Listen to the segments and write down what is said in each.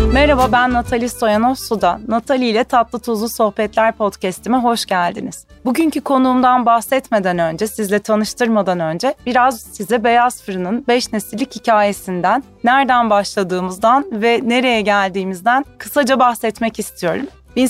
Merhaba, ben Natali Stoyanov Suda. Natali ile Tatlı Tuzlu Sohbetler podcast'ime hoş geldiniz. Bugünkü konuğumdan bahsetmeden önce, sizle tanıştırmadan önce biraz size Beyaz Fırın'ın 5 nesillik hikayesinden, nereden başladığımızdan ve nereye geldiğimizden kısaca bahsetmek istiyorum.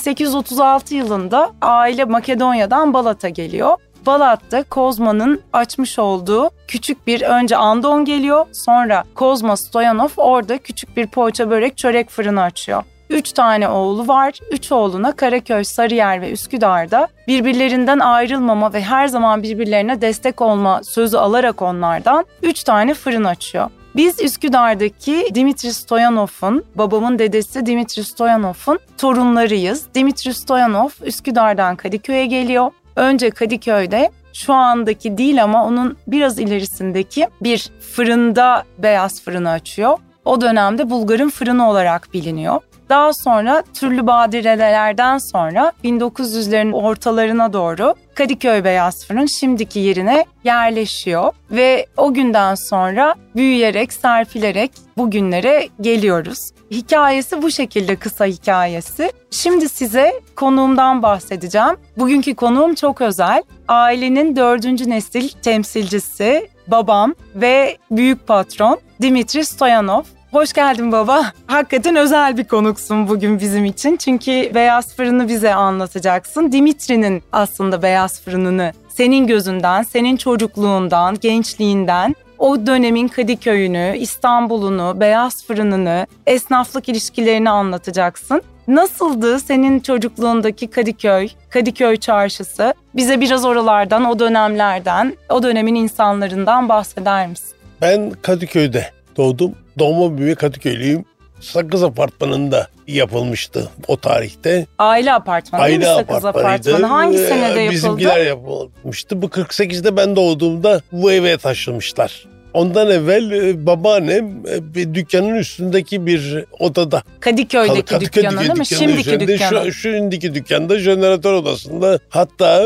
1836 yılında aile Makedonya'dan Balat'a geliyor. Balat'ta Kozma'nın açmış olduğu küçük bir önce Andon geliyor, sonra Kozma Stoyanov orada küçük bir poğaça börek çörek fırını açıyor. 3 tane oğlu var. 3 oğluna Karaköy, Sarıyer ve Üsküdar'da birbirlerinden ayrılmama ve her zaman birbirlerine destek olma sözü alarak onlardan 3 tane fırın açıyor. Biz Üsküdar'daki Dimitri Stoyanov'un, babamın dedesi Dimitri Stoyanov'un torunlarıyız. Dimitri Stoyanov Üsküdar'dan Kadıköy'e geliyor. Önce Kadıköy'de, şu andaki değil ama onun biraz ilerisindeki bir fırında beyaz fırını açıyor. O dönemde Bulgar'ın fırını olarak biliniyor. Daha sonra türlü badirelerden sonra 1900'lerin ortalarına doğru Kadıköy Beyaz Fırın şimdiki yerine yerleşiyor. Ve o günden sonra büyüyerek, serpilerek bugünlere geliyoruz. Hikayesi bu şekilde, kısa hikayesi. Şimdi size konuğumdan bahsedeceğim. Bugünkü konuğum çok özel. Ailenin 4. nesil temsilcisi, babam ve büyük patron Dimitri Stoyanov. Hoş geldin baba. Hakikaten özel bir konuksun bugün bizim için. Çünkü Beyaz Fırın'ı bize anlatacaksın. Dimitri'nin aslında Beyaz Fırın'ını senin gözünden, senin çocukluğundan, gençliğinden, o dönemin Kadıköy'ünü, İstanbul'unu, Beyaz Fırın'ını, esnaflık ilişkilerini anlatacaksın. Nasıldı senin çocukluğundaki Kadıköy çarşısı? Bize biraz oralardan, o dönemlerden, o dönemin insanlarından bahseder misin? Ben Kadıköy'de doğdum. Doğma büyüme Kadıköylüyüm. Sakız Apartmanı'nda yapılmıştı o tarihte. Aile apartmanı değil mi Sakız Apartmanı? Hangi senede yapıldı? Bizimkiler yapılmıştı. Bu 48'de ben doğduğumda bu eve taşınmışlar. Ondan evvel babaannem bir dükkanın üstündeki bir odada. Kadıköy'deki dükkanı değil mi? Şimdiki dükkanı. Şimdiki dükkanda jeneratör odasında. Hatta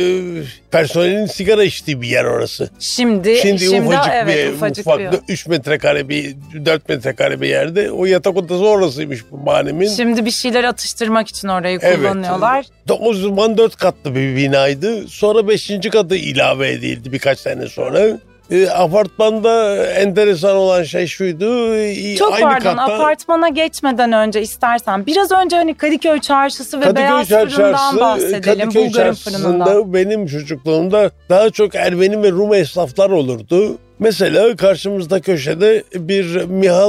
personelin sigara içtiği bir yer orası. Şimdi ufacık bir 3 metrekare 4 metrekare bir yerde. O yatak odası orasıymış babaannemin. Şimdi bir şeyler atıştırmak için orayı kullanıyorlar. Evet. O zaman 4 katlı bir binaydı. Sonra 5. katı ilave edildi birkaç sene sonra. Apartmanda enteresan olan şey şuydu. Çok aynı pardon, katta, apartmana geçmeden önce istersen biraz önce hani Kadıköy Çarşısı ve Beyaz Fırın'dan bahsedelim. Kadıköy Bulgar'ın fırınından. Benim çocukluğumda daha çok Ermeni ve Rum esnaflar olurdu. Mesela karşımızda köşede bir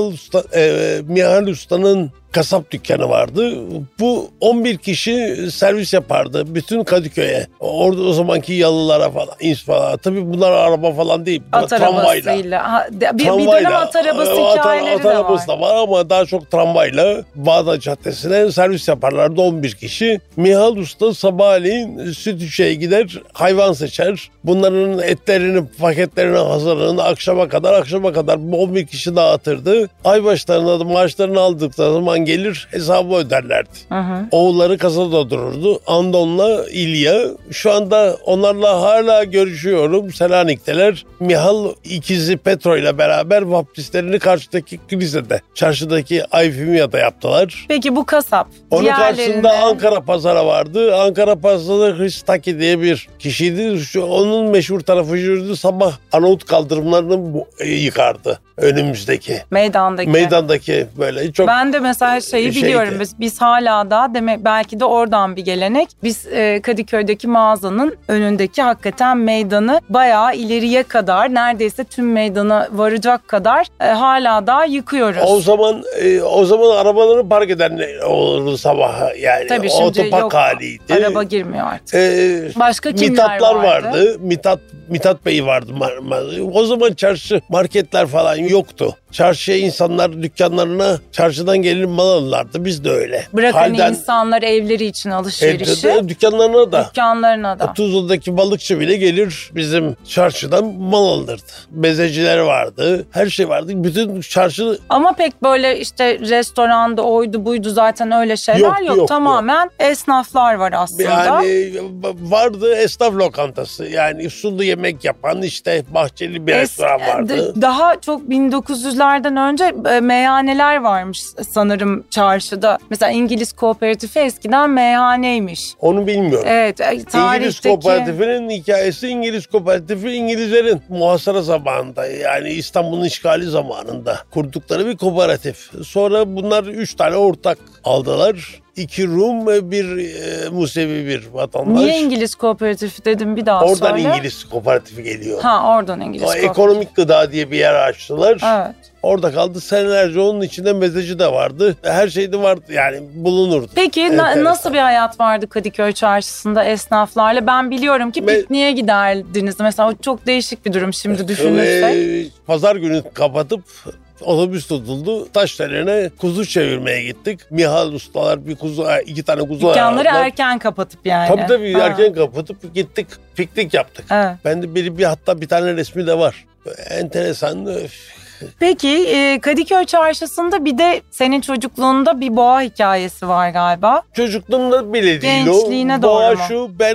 Mihal Usta'nın kasap dükkanı vardı. Bu 11 kişi servis yapardı bütün Kadıköy'e. Orada o zamanki yalılara falan. Tabii bunlar araba falan değil. At arabasıyla. Bir dönem at arabası hikayeleri de var. Da var ama daha çok tramvayla Bağdat Caddesi'ne servis yaparlardı 11 kişi. Mihal Usta sabahleyin süt içeye gider, hayvan seçer. Bunların etlerini, paketlerini hazırlanır. Akşama kadar bu 11 kişi dağıtırdı. Ay başlarında da maaşlarını aldıkları zaman gelir hesabı öderlerdi. Hı. Oğulları kasada dururdu. Andon'la İlya. Şu anda onlarla hala görüşüyorum. Selanik'teler. Mihal ikizi Petro ile beraber vaptislerini karşıdaki kilisede, çarşıdaki Ayfimya'da yaptılar. Peki bu kasap? Onun karşısında Ankara Pazarı vardı. Ankara Pazarı Hristaki diye bir kişiydi. Onun meşhur tarafı şuydu. Sabah Arnavut kaldırımlarını yıkardı. Önümüzdeki. Meydandaki böyle çok. Ben de mesela biliyorum. Biz hala da belki de oradan bir gelenek. Biz Kadıköy'deki mağazanın önündeki hakikaten meydanı bayağı ileriye kadar, neredeyse tüm meydana varacak kadar hala da yıkıyoruz. O zaman arabaları park eden olurdu sabah yani. Tabii şimdi otopark yok. Haliydi. Araba girmiyor artık. Başka kimler Mithatlar vardı? Mithat Bey vardı. O zaman çarşı, marketler falan yoktu. Çarşıya insanlar dükkanlarına çarşıdan gelip mal alırlardı. Biz de öyle. Bırakın insanlar evleri için alışverişi. Dükkanlarına da. Tuzlu'daki balıkçı bile gelir bizim çarşıdan mal alırdı. Bezeciler vardı. Her şey vardı. Bütün çarşı. Ama pek böyle işte restoranda oydu buydu zaten öyle şeyler yok. Tamamen esnaflar var aslında. Yani vardı esnaf lokantası. Yani sulu yemek yapan işte bahçeli bir restoran vardı. Daha çok 1900'ler kooperatiflerden önce meyhaneler varmış sanırım çarşıda. Mesela İngiliz kooperatifi eskiden meyhaneymiş. Onu bilmiyorum. Evet, tarihteki... İngiliz kooperatifinin hikayesi, İngiliz kooperatifi İngilizlerin muhasara zamanında, yani İstanbul'un işgali zamanında kurdukları bir kooperatif. Sonra bunlar 3 tane ortak aldılar. 2 Rum ve 1 Musevi bir vatandaş. Niye İngiliz kooperatifi dedim, bir daha Oradan söyle. İngiliz kooperatifi geliyor. Oradan İngiliz kooperatifi. Ekonomik gıda diye bir yer açtılar. Evet. Orada kaldı senelerce, onun içinde mezeci de vardı. Her şey de vardı, yani bulunurdu. Peki nasıl bir hayat vardı Kadıköy çarşısında esnaflarla? Ben biliyorum ki pikniğe giderdiniz. Mesela o çok değişik bir durum şimdi düşünürsek. Pazar günü kapatıp otobüs tutuldu. Taşdere'ne kuzu çevirmeye gittik. Mihal ustalar 2 tane kuzu Dükkanları ayarladılar. erken kapatıp yani. Tabii erken kapatıp gittik. Piknik yaptık. Evet. Bende hatta bir tane resmi de var. Enteresan. Peki Kadıköy çarşısında bir de senin çocukluğunda bir boğa hikayesi var galiba. Çocukluğumda bile değil o. Gençliğine doğru Boğa mu? şu, ben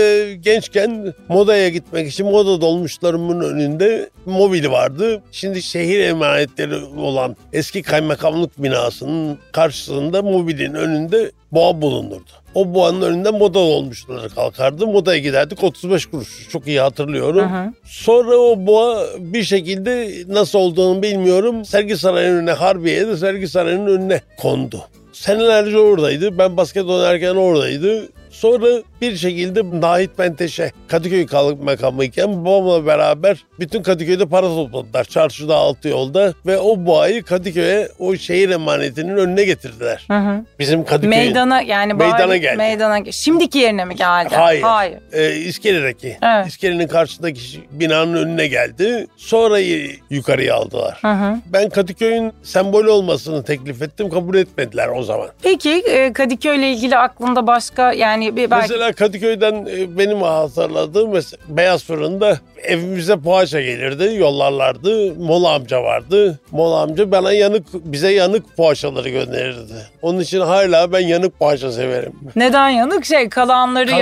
gençken modaya gitmek için moda dolmuşlarımın önünde mobil vardı. Şimdi şehir emanetleri olan eski kaymakamlık binasının karşısında mobilin önünde boğa bulunurdu. O boğanın önünden moda dolmuşları kalkardı. Modaya giderdik, 35 kuruş. Çok iyi hatırlıyorum. Hı. Sonra o boğa bir şekilde, nasıl olduğunu bilmiyorum, Sergi Sarayı'nın önüne, Harbiye'de Sergi Sarayı'nın önüne kondu. Senelerce oradaydı. Ben basket oynarken oradaydı. Sonra bir şekilde Nahit Menteşe Kadıköy kaymakamıyken babamla beraber bütün Kadıköy'de para topladılar. Çarşıda, altı yolda, ve o boğayı Kadıköy'e, o şehir emanetinin önüne getirdiler. Hı. Bizim Kadıköy Meydana, yani meydana geldi. Şimdiki yerine mi geldi? Hayır. İskele'deki. Evet. İskele'nin karşısındaki binanın önüne geldi. Sonra yukarıya aldılar. Hı. Ben Kadıköy'ün sembolü olmasını teklif ettim. Kabul etmediler o zaman. Peki Kadıköy'le ilgili aklında başka, yani belki... Mesela Kadıköy'den benim hatırladığım, mesela Beyaz Fırın'da evimize poğaça gelirdi, yollarlardı. Mola amca vardı. Mola amca bize yanık poğaçaları gönderirdi. Onun için hala ben yanık poğaça severim. Neden yanık? Kalanları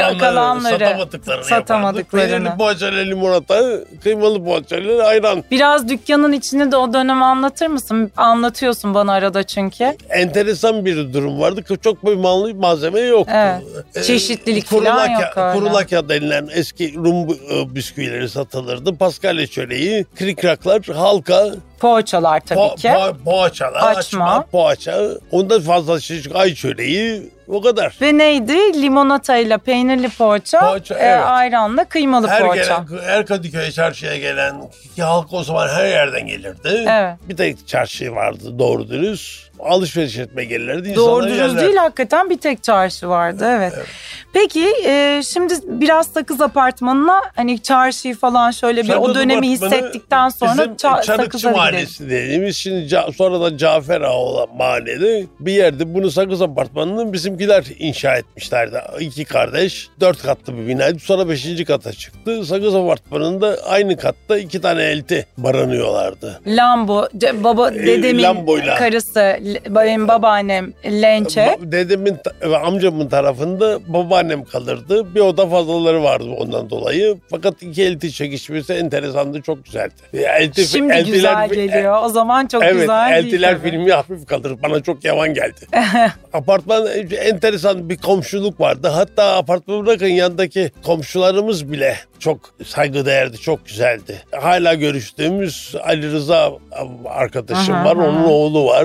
satamadıklarını. Peynirli poğaçayla limonata, kıymalı poğaçayla ayran. Biraz dükkanın içini de o dönem anlatır mısın? Anlatıyorsun bana arada çünkü. Enteresan bir durum vardı. Çok bir malzeme yoktu. Evet. Çeşitlilik falan yok öyle. Kurulakya denilen eski Rum bisküvileri satılırdı. Paskalya çöreği, krikraklar, halka, poğaçalar tabii ki. Poğaçalar, açma, poğaça. Ondan fazla ay çöreği, o kadar. Ve neydi? Limonatayla peynirli poğaça, evet. Ayranla kıymalı poğaça. Her Kadıköy çarşıya gelen halk o zaman her yerden gelirdi. Evet. Bir tek çarşı vardı doğru dürüst. Alışveriş etmeye gelirlerdi. Doğru dürüst değil, hakikaten bir tek çarşı vardı. Evet. Peki şimdi biraz Sakız Apartmanı'na, hani çarşıyı falan şöyle bir o dönemi hissettikten sonra Çarıkçı Mahallesi dediğimiz, şimdi sonradan Cafer Ağa olan mahallede bir yerde, bunu Sakız Apartmanı'nın bizimkiler inşa etmişlerdi. 2 kardeş, 4 katlı bir binaydı. Sonra 5. kata çıktı. Sakız Apartmanı'nda aynı katta 2 tane elti barınıyorlardı. Lambo, dedemin Lambo'yla. Karısı, benim babaannem Lençe. Dedemin ve amcamın tarafında babaannem kalırdı. Bir oda fazlaları vardı ondan dolayı. Fakat 2 elti çekişmesi enteresandı, çok güzeldi. Şimdi güzel geliyor. O zaman çok güzel değil. Evet, eltiler filmi hafif kalır. Bana çok yavan geldi. Apartman enteresan bir komşuluk vardı. Hatta apartmanı bırakın, yanındaki komşularımız bile çok saygıdeğerdi, çok güzeldi. Hala görüştüğümüz Ali Rıza arkadaşım var, onun oğlu var.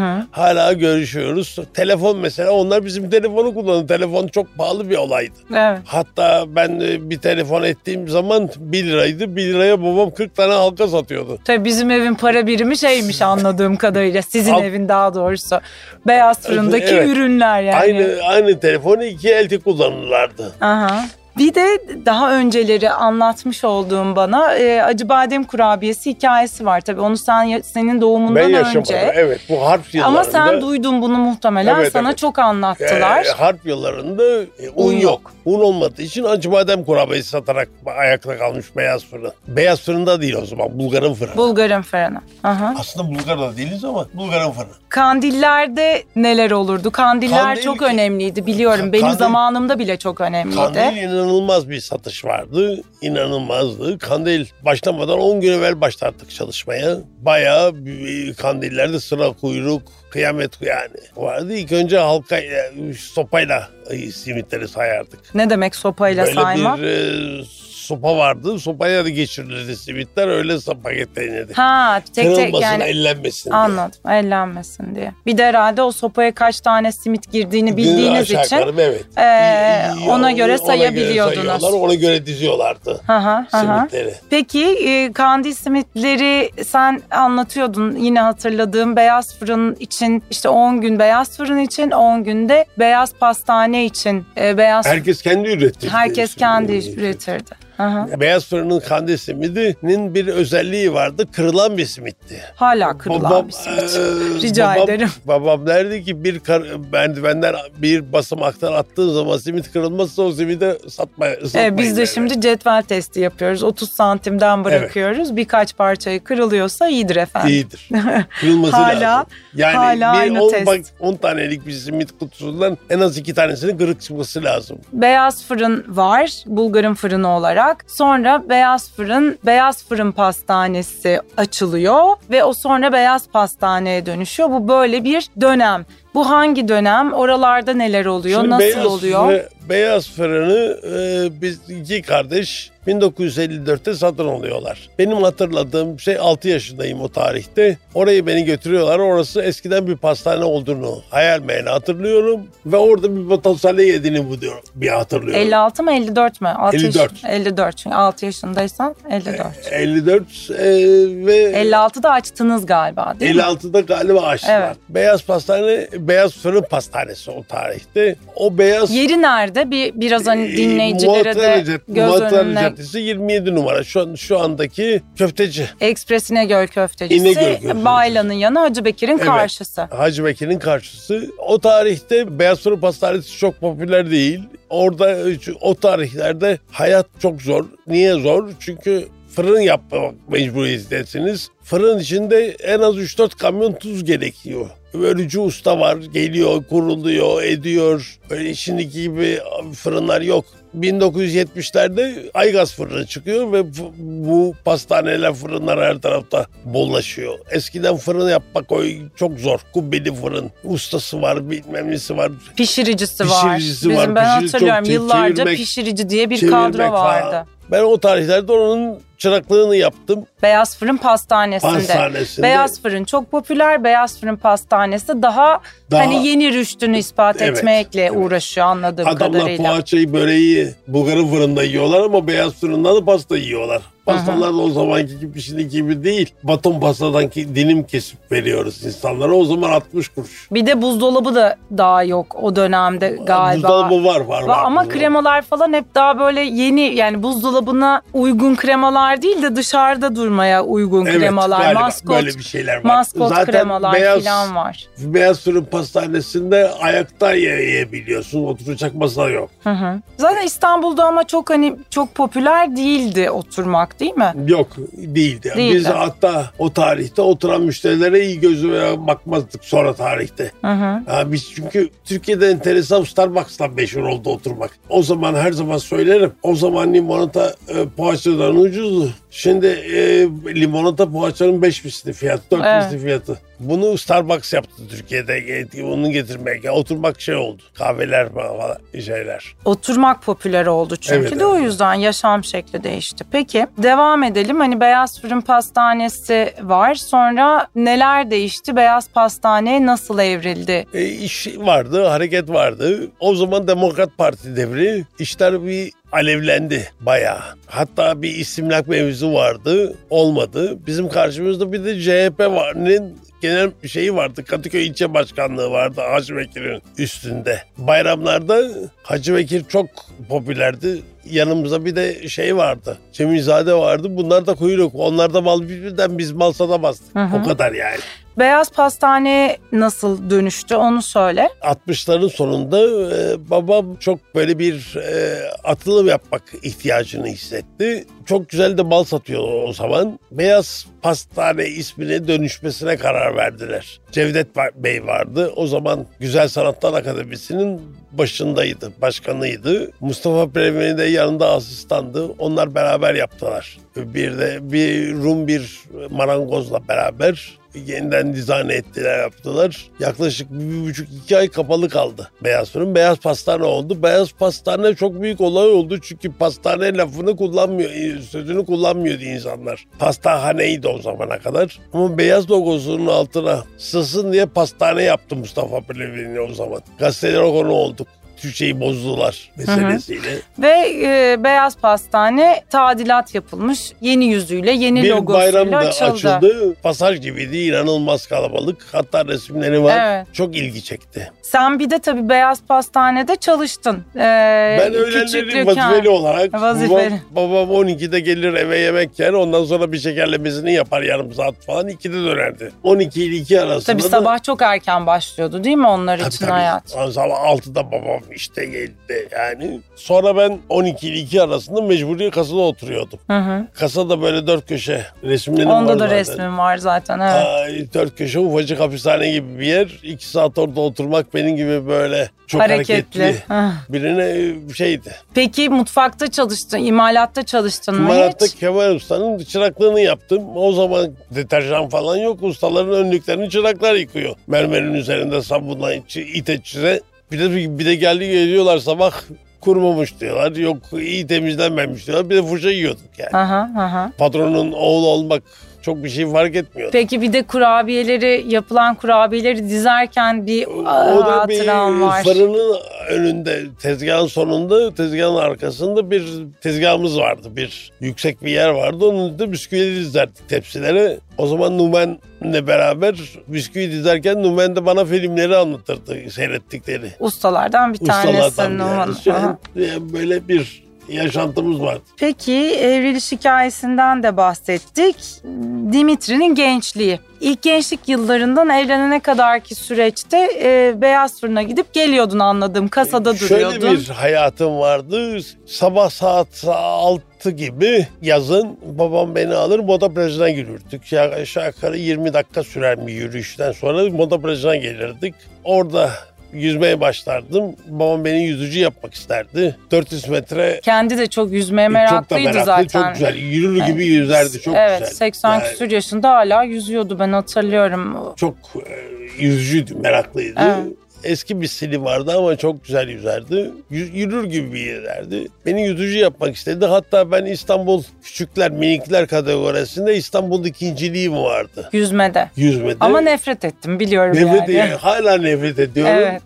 Hala görüşüyoruz. Telefon mesela, onlar bizim telefonu kullanıyor. Telefon çok pahalı bir olaydı. Evet. Hatta ben bir telefon ettiğim zaman 1 liraydı. 1 liraya babam 40 tane halka satıyordu. Tabii bizim evin para birimi şeymiş anladığım kadarıyla. Sizin evin daha doğrusu. Beyaz Fırın'daki ürünler yani. Aynı telefonu 2 elti kullanırlardı. Aha. Bir de daha önceleri anlatmış olduğum bana Acıbadem kurabiyesi hikayesi var. Tabii onu senin doğumundan önce. Evet, bu harp yıllarında. Ama sen duydun bunu muhtemelen, sana çok anlattılar. Harp yıllarında un yok. Un olmadığı için Acıbadem kurabiyesi satarak ayakta kalmış Beyaz Fırın. Beyaz Fırın'da değil o zaman, Bulgar'ın fırını. Bulgar'ın fırını. Aha. Aslında Bulgar'da değiliz ama Bulgar'ın fırını. Kandillerde neler olurdu? Kandiller çok önemliydi biliyorum. Benim zamanımda bile çok önemliydi. Kandil inanılmaz bir satış vardı. İnanılmazdı. Kandil başlamadan 10 gün evvel başlattık çalışmaya. Bayağı kandillerde sıra, kuyruk, kıyamet yani vardı. İlk önce halka sopayla simitleri sayardık. Ne demek sopayla saymak? Böyle bir sopa vardı. Sopaya da geçirilirdi simitler. Öyle paketlenirdi. Ha, tek Kırılmasın, yani ellenmesin diye. Anladım. Ellenmesin diye. Bir de herhalde o sopaya kaç tane simit girdiğini bildiğiniz için evet. ona göre sayabiliyordunuz. Ona göre diziyorlardı simitleri. Peki kandil simitleri sen anlatıyordun, yine hatırladığım, beyaz fırın için işte 10 gün beyaz fırın için, 10 günde beyaz pastane için herkes kendi üretirdi. Herkes kendi üretirdi. Aha. Beyaz fırının kandil simidinin bir özelliği vardı. Kırılan bir simitti. Hala kırılan bir simit. Rica ederim. Babam derdi ki bir merdivenden bir basamaktan attığın zaman simit kırılmazsa o simidi satmayın. Biz de şimdi cetvel testi yapıyoruz. 30 santimden bırakıyoruz. Evet. Birkaç parçayı kırılıyorsa iyidir efendim. İyidir. Kırılması lazım. Yani hala 10 tanelik bir simit kutusundan en az 2 tanesinin kırık çıkması lazım. Beyaz fırın var. Bulgar'ın fırını olarak. Sonra beyaz fırın pastanesi açılıyor ve o sonra beyaz pastaneye dönüşüyor. Bu böyle bir dönem. Bu hangi dönem? Oralarda neler oluyor? Şimdi nasıl oluyor? Beyaz fırını biz iki kardeş 1954'te satın alıyorlar. Benim hatırladığım 6 yaşındayım o tarihte. Orayı beni götürüyorlar. Orası eskiden bir pastane olduğunu hayal meyal hatırlıyorum. Ve orada bir batasale yediğini bir hatırlıyorum. 56 mı 54 mü? 54. 54 çünkü 6 yaşındaysan 54. 54 ve 56'da açtınız galiba değil mi? 56'da galiba açtılar. Evet. Beyaz fırın pastanesi o tarihte. O beyaz... Yeri nerede? Biraz hani dinleyicilere de göz önüne... Caddesi 27 numara. Şu andaki köfteci. Ekspres İnegöl köftecisi. Baylan'ın yanı, Hacı Bekir'in karşısı. Hacı Bekir'in karşısı. O tarihte beyaz fırın pastanesi çok popüler değil. Orada o tarihlerde hayat çok zor. Niye zor? Çünkü fırın yapmak mecburiyetindesiniz. Fırın içinde en az 3-4 kamyon tuz gerekiyor. Örücü usta var, geliyor, kuruluyor, ediyor. Öyle şimdiki gibi fırınlar yok. 1970'lerde Aygaz fırını çıkıyor ve bu pastaneler, fırınlar her tarafta bollaşıyor. Eskiden fırın yapmak çok zor. Kubbeli fırın. Ustası var, bilmem nesi var. Pişiricisi var. Ben hatırlıyorum yıllarca pişirici diye bir kadro vardı. Falan. Ben o tarihlerde onun çıraklığını yaptım. Beyaz Fırın Pastanesi'nde. Beyaz Fırın çok popüler. Beyaz Fırın Pastanesi daha hani yeni rüştünü ispat etmekle uğraşıyor anladığım kadarıyla. Adamlar poğaçayı, böreği Bulgar'ın fırında yiyorlar ama Beyaz Fırın'da da pasta yiyorlar. Pastalar da o zamanki gibi şimdiki gibi değil. Baton pastadan dilim kesip veriyoruz insanlara. O zaman 60 kuruş. Bir de buzdolabı da daha yok o dönemde galiba. Buzdolabı var. Ama kremalar falan hep daha böyle yeni, yani buzdolabına uygun kremalar değil de dışarıda durmaya uygun kremalar. Maskot, böyle bir şeyler var. Maskot zaten kremalar falan var. Beyaz Fırın Pastanesi'nde ayakta yiyebiliyorsun. Oturacak masa yok. Zaten İstanbul'da ama çok popüler değildi oturmak. Değil mi? Yok, değildi. Biz hatta o tarihte oturan müşterilere iyi gözüyle bakmazdık sonra tarihte. Biz çünkü Türkiye'de enteresan Starbucks'tan meşhur oldu oturmak. O zaman her zaman söylerim. O zaman limonata poğaçadan ucuzdu. Şimdi limonata poğaçanın 5 misli fiyatı, 4 misli fiyatı. Bunu Starbucks yaptı Türkiye'de. Onu getirmek, oturmak oldu. Kahveler falan şeyler. Oturmak popüler oldu çünkü o yüzden yaşam şekli değişti. Peki devam edelim. Hani Beyaz Fırın Pastanesi var. Sonra neler değişti? Beyaz Pastane nasıl evrildi? İş vardı, hareket vardı. O zaman Demokrat Parti devri. İşler bir alevlendi bayağı. Hatta bir istimlak mevzu vardı. Olmadı. Bizim karşımızda bir de CHP varının genel şeyi vardı. Kadıköy İlçe Başkanlığı vardı Hacı Bekir'in üstünde. Bayramlarda Hacı Bekir çok popülerdi. Yanımızda bir de vardı. Cemilzade vardı. Bunlar da kuyruk. Onlar da mal birbirinden, biz mal satamazdık. O kadar yani. Beyaz Pastane nasıl dönüştü onu söyle. 60'ların sonunda babam çok böyle bir atılım yapmak ihtiyacını hissetti. Çok güzel de bal satıyordu o zaman. Beyaz Pastane ismine dönüşmesine karar verdiler. Cevdet Bey vardı. O zaman Güzel Sanatlar Akademisi'nin başındaydı, başkanıydı. Mustafa Preveni de yanında asistandı. Onlar beraber yaptılar. Bir Rum bir marangozla beraber yeniden dizayn ettiler, yaptılar. Yaklaşık 1,5-2 ay kapalı kaldı Beyaz Fırın. Beyaz Pastane oldu. Beyaz Pastane çok büyük olay oldu. Çünkü pastane lafını sözünü kullanmıyordu insanlar. Pastahaneydi o zamana kadar. Ama beyaz logosunun altına sığsın diye pastane yaptı Mustafa Pleveni o zaman. Gazeteler o konu olduk. Türkçeyi bozdular meselesiyle. Ve Beyaz Pastane tadilat yapılmış. Yeni yüzüyle, yeni logosuyla bir bayramda açıldı. Pasaj gibiydi. İnanılmaz kalabalık. Hatta resimleri var. Evet. Çok ilgi çekti. Sen bir de tabii Beyaz Pastane'de çalıştın. Ben öğlenleri vazifeli olarak. Babam 12'de gelir eve yemek yer. Ondan sonra bir şekerlemesini yapar yarım saat falan. 2'de dönerdi. 12 ile 2 arasında tabii sabah çok erken başlıyordu değil mi onlar için hayat? Sabah 6'da babam işte geldi yani. Sonra ben 12 ile 2 arasında mecburi kasada oturuyordum. Kasada böyle 4 köşe resimlerim var zaten. Onda da resmim var zaten, evet. 4 köşe ufacık hapishane gibi bir yer. 2 saat orada oturmak benim gibi böyle çok hareketli birine şeydi. Peki mutfakta çalıştın, imalatta çalıştın mı hiç? İmalatta Kemal Usta'nın çıraklığını yaptım. O zaman deterjan falan yok. Ustaların önlüklerini çıraklar yıkıyor. Mermerin üzerinde sabunla ite çize. Bir de geliyorlar sabah kurumamış diyorlar. Yok iyi temizlenmemiş diyorlar. Bir de fırça yiyorduk yani. Patronun oğlu olmak çok bir şey fark etmiyor. Peki bir de yapılan kurabiyeleri dizerken bir hatıram var. Fırının önünde, tezgahın sonunda, tezgahın arkasında bir tezgahımız vardı. Bir yüksek bir yer vardı. Onun önünde bisküvileri dizerdik tepsilere. O zaman Numen'le beraber bisküvi dizerken Numen de bana filmleri anlatırdı, seyrettikleri. Ustalardan bir tanesi Numen. Böyle bir yaşantımız vardı. Peki evriliş hikayesinden de bahsettik. Dimitri'nin gençliği. İlk gençlik yıllarından evlenene kadarki süreçte Beyaz Fırın'a gidip geliyordun anladığım. Kasada duruyordun. Şöyle bir hayatım vardı. Sabah saat 6 gibi yazın babam beni alır Moda Plajı'na yürürdük. Aşağı yukarı 20 dakika süren bir yürüyüşten sonra Moda Plajı'na gelirdik. Orada yüzmeye başlardım. Babam beni yüzücü yapmak isterdi. 400 metre. Kendi de çok yüzmeye meraklıydı çok zaten. Çok güzel. Yürür gibi yüzerdi. Çok güzel. Evet, 80 küsur yaşında hala yüzüyordu, ben hatırlıyorum. Çok yüzücüydü, meraklıydı. Evet. Eski bir stili vardı ama çok güzel yüzerdi. Yürür gibi yüzerdi. Beni yüzücü yapmak istedi. Hatta ben İstanbul küçükler, minikler kategorisinde İstanbul ikinciliğim vardı. Yüzmede. Ama nefret ettim, biliyorum yani. Hala nefret ediyorum. Evet.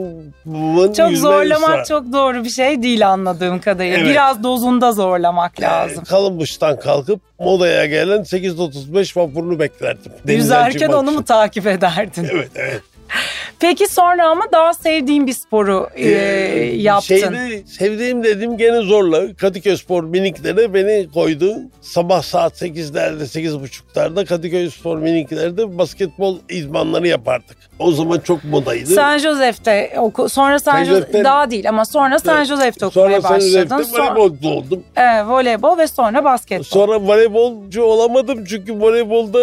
Çok zorlamak çok doğru bir şey değil anladığım kadarıyla. Evet. Biraz dozunda zorlamak lazım. Kalınmış'tan kalkıp Moda'ya gelen 8.35 vapurunu beklerdim. Yüzerken onu mu takip ederdin? Evet. Peki sonra ama daha sevdiğim bir sporu yaptın. Sevdiğim dediğim gene zorla. Kadıköyspor miniklere beni koydu. Sabah saat 8'lerde, 8.30'larda Kadıköyspor miniklerde basketbol idmanları yapardık. O zaman çok modaydı. San Jose'de sonra San Jose'de daha değil ama sonra San Jose'de okumaya başladın. Sonra voleybolcu oldum. Voleybol ve sonra basketbol. Sonra voleybolcu olamadım çünkü voleybolda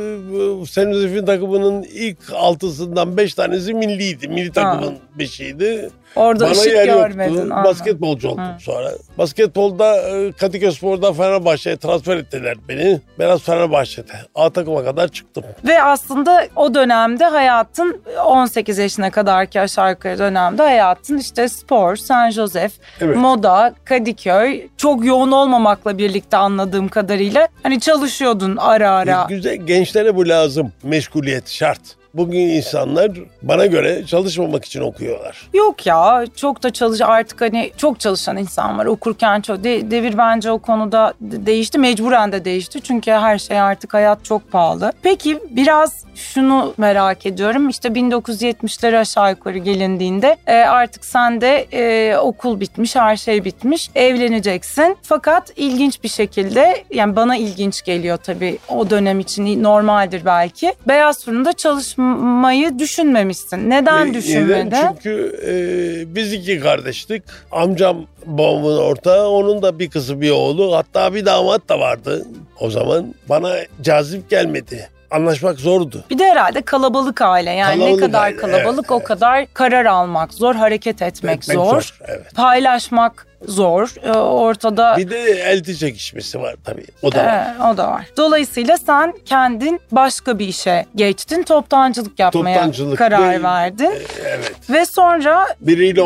San Jose'nin takımının ilk 6'sından 5 tanesi milliydi. Milli takımın 5'iydi. Orada bana ışık görmedin. Basketbolcu oldum sonra. Basketbolda Kadıköyspor'da Fenerbahçe'ye transfer ettiler beni. Biraz Fenerbahçe'de A takıma kadar çıktım. Ve aslında o dönemde hayatın 18 yaşına kadarki aşağı yukarı dönemde hayatın işte spor, San Josef, moda, Kadıköy çok yoğun olmamakla birlikte anladığım kadarıyla hani çalışıyordun ara ara. Güzel, gençlere bu lazım. Meşguliyet şart. bugün insanlar bana göre çalışmamak için okuyorlar. Yok ya, çok da artık hani çok çalışan insan var okurken. Çok devir bence o konuda değişti, mecburen de değişti çünkü her şey artık, hayat çok pahalı. Peki biraz şunu merak ediyorum, işte 1970'lere aşağı yukarı gelindiğinde artık sen de okul bitmiş, her şey bitmiş, evleneceksin. Fakat ilginç bir şekilde, yani bana ilginç geliyor tabii, o dönem için normaldir belki, beyaz fırında çalışmayı düşünmemişsin. Neden düşünmedin? Çünkü biz 2 kardeştik. Amcam babamın ortağı, onun da bir kızı bir oğlu, hatta bir damat da vardı o zaman. Bana cazip gelmedi. Anlaşmak zordu. Bir de herhalde kalabalık aile. Yani kalabalık ne kadar aile, kalabalık, evet, o kadar karar almak zor, hareket etmek zor. Evet. Paylaşmak zor. Ortada bir de elti çekişmesi var tabii. O da var. O da var. Dolayısıyla sen kendin başka bir işe geçtin. Toptancılık yapmaya karar verdin. Evet. Ve sonra biriyle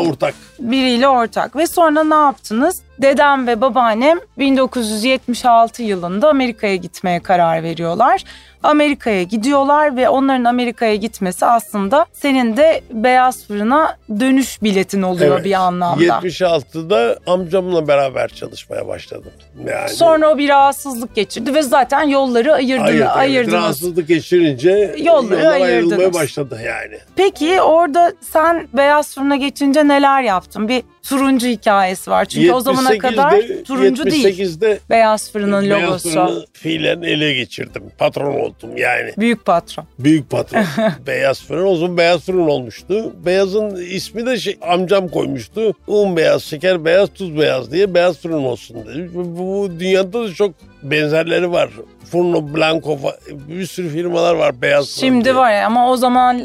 ortak. Ve sonra ne yaptınız? Dedem ve babaannem 1976 yılında Amerika'ya gitmeye karar veriyorlar. Amerika'ya gidiyorlar ve onların Amerika'ya gitmesi aslında senin de beyaz fırına dönüş biletin oluyor, evet, bir anlamda. 76'da amcamla beraber çalışmaya başladım. Yani sonra o bir rahatsızlık geçirdi ve zaten yolları ayırdınız. Rahatsızlık geçirince yollar ayrılmaya başladı yani. Peki orada sen beyaz fırına geçince neler yaptın? Bir turuncu hikayesi var. Çünkü o zamana kadar turuncu değil. Beyaz fırının logosu. Beyaz fırını fiilen ele geçirdim. Patron oldum yani. Büyük patron. Beyaz fırın, o zaman beyaz fırın olmuştu. Beyazın ismi de amcam koymuştu. Un beyaz, şeker beyaz, tuz beyaz diye beyaz fırın olsun dedi. Bu dünyada da çok benzerleri var. Furno Blanco, bir sürü firmalar var beyaz fırın Şimdi diye. Var ya, ama o zaman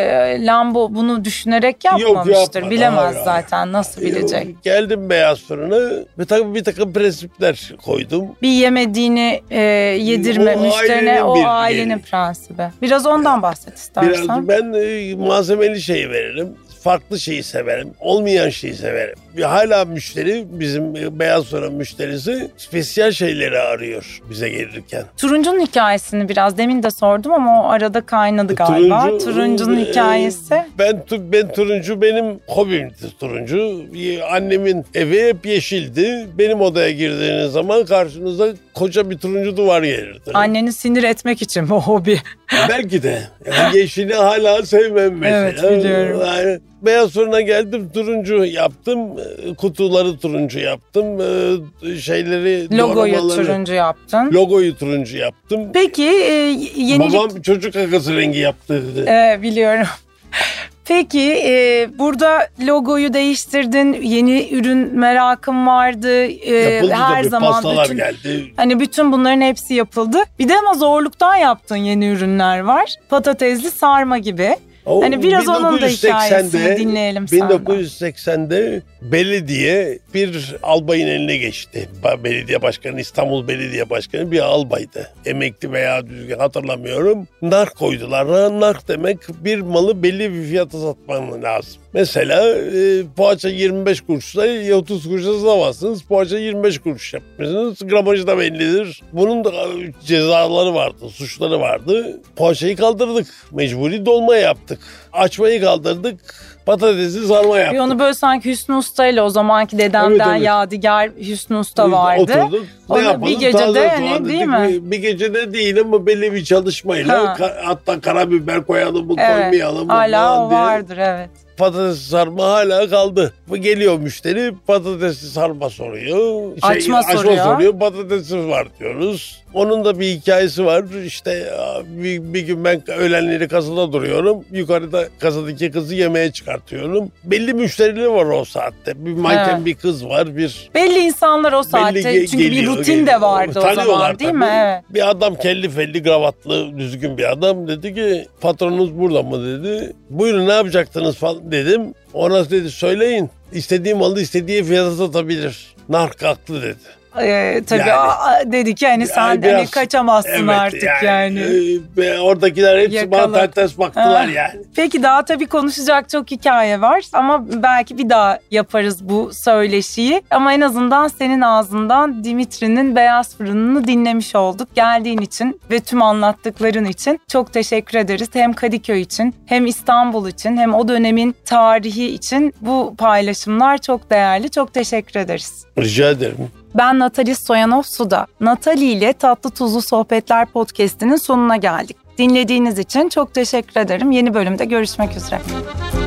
Lambo bunu düşünerek yapmamıştır. Bilemez zaten, nasıl bilecek? Geldim beyaz fırına ve tabii bir takım prensipler koydum. Bir yemediğini yedirme müşterine, o ailenin prensibi. Biraz ondan bahset istersen. Biraz ben malzemeli şeyi veririm. Farklı şeyi severim. Olmayan şeyi severim. Hala müşteri, bizim beyaz fırın müşterisi spesiyel şeyleri arıyor bize gelirken. Turuncunun hikayesini biraz demin de sordum ama o arada kaynadı galiba. Turuncunun hikayesi. Ben turuncu, benim hobimdi turuncu. Annemin evi hep yeşildi. Benim odaya girdiğiniz zaman karşınıza koca bir turuncu duvar gelirdi. Anneni sinir etmek için bu hobi. Belki de. Yani yeşili hala sevmem mesela. Evet, biliyorum. Yani beyaz fırına geldim, turuncu yaptım. Kutuları turuncu yaptım. Logoyu turuncu yaptın. Logoyu turuncu yaptım. Peki babam çocuk kakası rengi yaptı. Biliyorum. Peki burada logoyu değiştirdin, yeni ürün merakın vardı. Yapıldı her tabii, zaman pastalar geldi. Hani bütün bunların hepsi yapıldı. Bir de ama zorluktan yaptığın yeni ürünler var. Patatesli sarma gibi. Hani biraz onun da hikayesini dinleyelim senden. 1980'de belediye bir albayın eline geçti. Belediye başkanı, İstanbul Belediye Başkanı bir albaydı. Emekli veya düzgün hatırlamıyorum. Nark koydular. Nark demek, bir malı belli bir fiyata satman lazım. Mesela poğaça 25 kuruşsa 30 kuruşa satamazsınız. Poğaça 25 kuruş yapmışsınız. Gramajı da bellidir. Bunun da cezaları vardı, suçları vardı. Poğaçayı kaldırdık. Mecburi dolma yaptık. Açmayı kaldırdık. Patatesi sarma yaptık. Onu böyle sanki Hüsnü Usta ile, o zamanki dedemden yadigar Hüsnü Usta vardı. Oturduk. Ne yapalım? Bir gecede hani, değil mi? Bir gecede değil ama belli bir çalışmayla hatta karabiber koyalım mı, koymayalım mı? Hala o vardır, evet. Patates sarma hala kaldı. Geliyor müşteri, patatesli sarma soruyor. Açma soruyor. Patatesi var diyoruz. Onun da bir hikayesi var. İşte bir gün ben öğlenleri kasada duruyorum. Yukarıda kasadaki kızı yemeğe çıkartıyorum. Belli müşterileri var o saatte. Bir manken bir kız var. Belli insanlar o saatte. Çünkü bir rutin de vardı o zaman, değil mi? Evet. Bir adam kelli felli, kravatlı, düzgün bir adam. Dedi ki patronunuz burada mı dedi. Buyurun, ne yapacaktınız falan dedim. Ona dedi söyleyin. İstediği malı istediği fiyata satabilir. Nark haklı dedi. tabii Yani. dedi ki hani sen biraz, hani kaçamazsın artık yani. Oradakiler hepsi bana ters baktılar yani. Peki daha tabii konuşacak çok hikaye var ama belki bir daha yaparız bu söyleşiyi. Ama en azından senin ağzından Dimitri'nin Beyaz Fırını'nı dinlemiş olduk. Geldiğin için ve tüm anlattıkların için çok teşekkür ederiz. Hem Kadıköy için hem İstanbul için hem o dönemin tarihi için bu paylaşımlar çok değerli. Çok teşekkür ederiz. Rica ederim. Ben Natali Stoyanov-Suda. Natali ile Tatlı Tuzlu Sohbetler Podcast'inin sonuna geldik. Dinlediğiniz için çok teşekkür ederim. Yeni bölümde görüşmek üzere.